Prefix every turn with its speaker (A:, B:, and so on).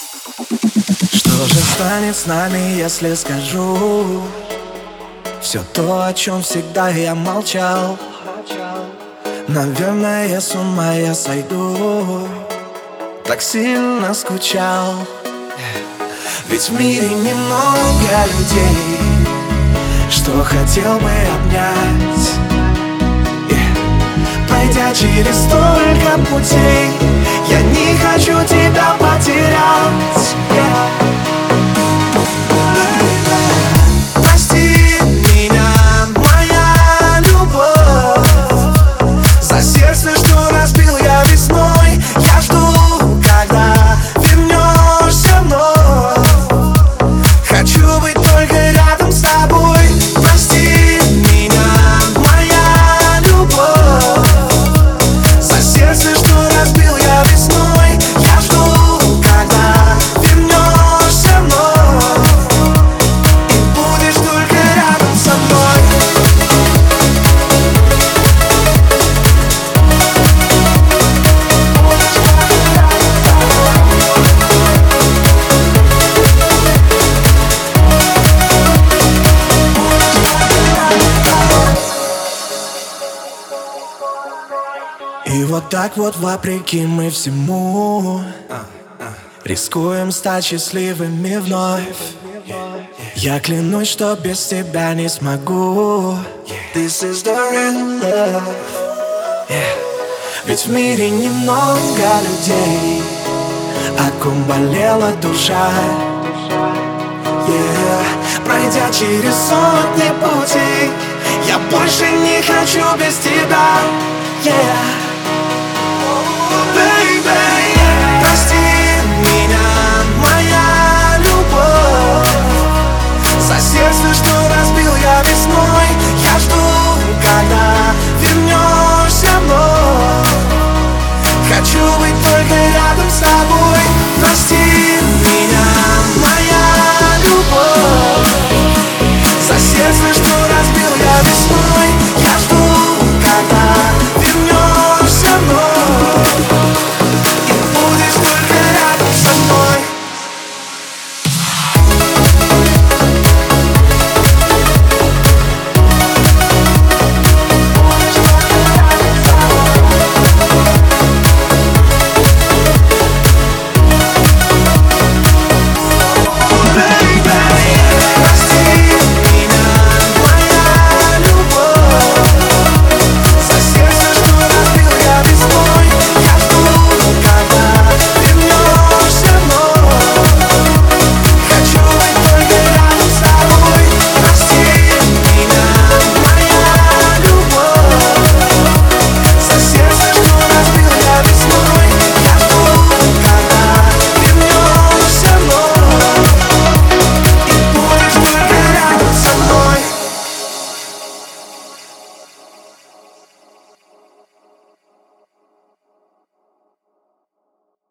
A: Что же станет с нами, если скажу все то, о чем всегда я молчал? Наверное, с ума я сойду, так сильно скучал. Ведь в мире немного людей, что хотел бы обнять. Пройдя через столько путей, я не хочу тебя потерять. Прости меня, моя любовь, за сердце, что разбил я весной. Я жду, когда вернешься вновь. Хочу быть только рядом с тобой. Прости меня, моя любовь, за сердце, что разбил я весной. Я жду, когда вернешься вновь, и будешь только рядом со мной. И вот так вот, вопреки мы всему, рискуем стать счастливыми вновь. Я клянусь, что без тебя не смогу. This is the real love. Ведь в мире немного людей, о ком болела душа. Пройдя через сотни путей, я больше не хочу без тебя.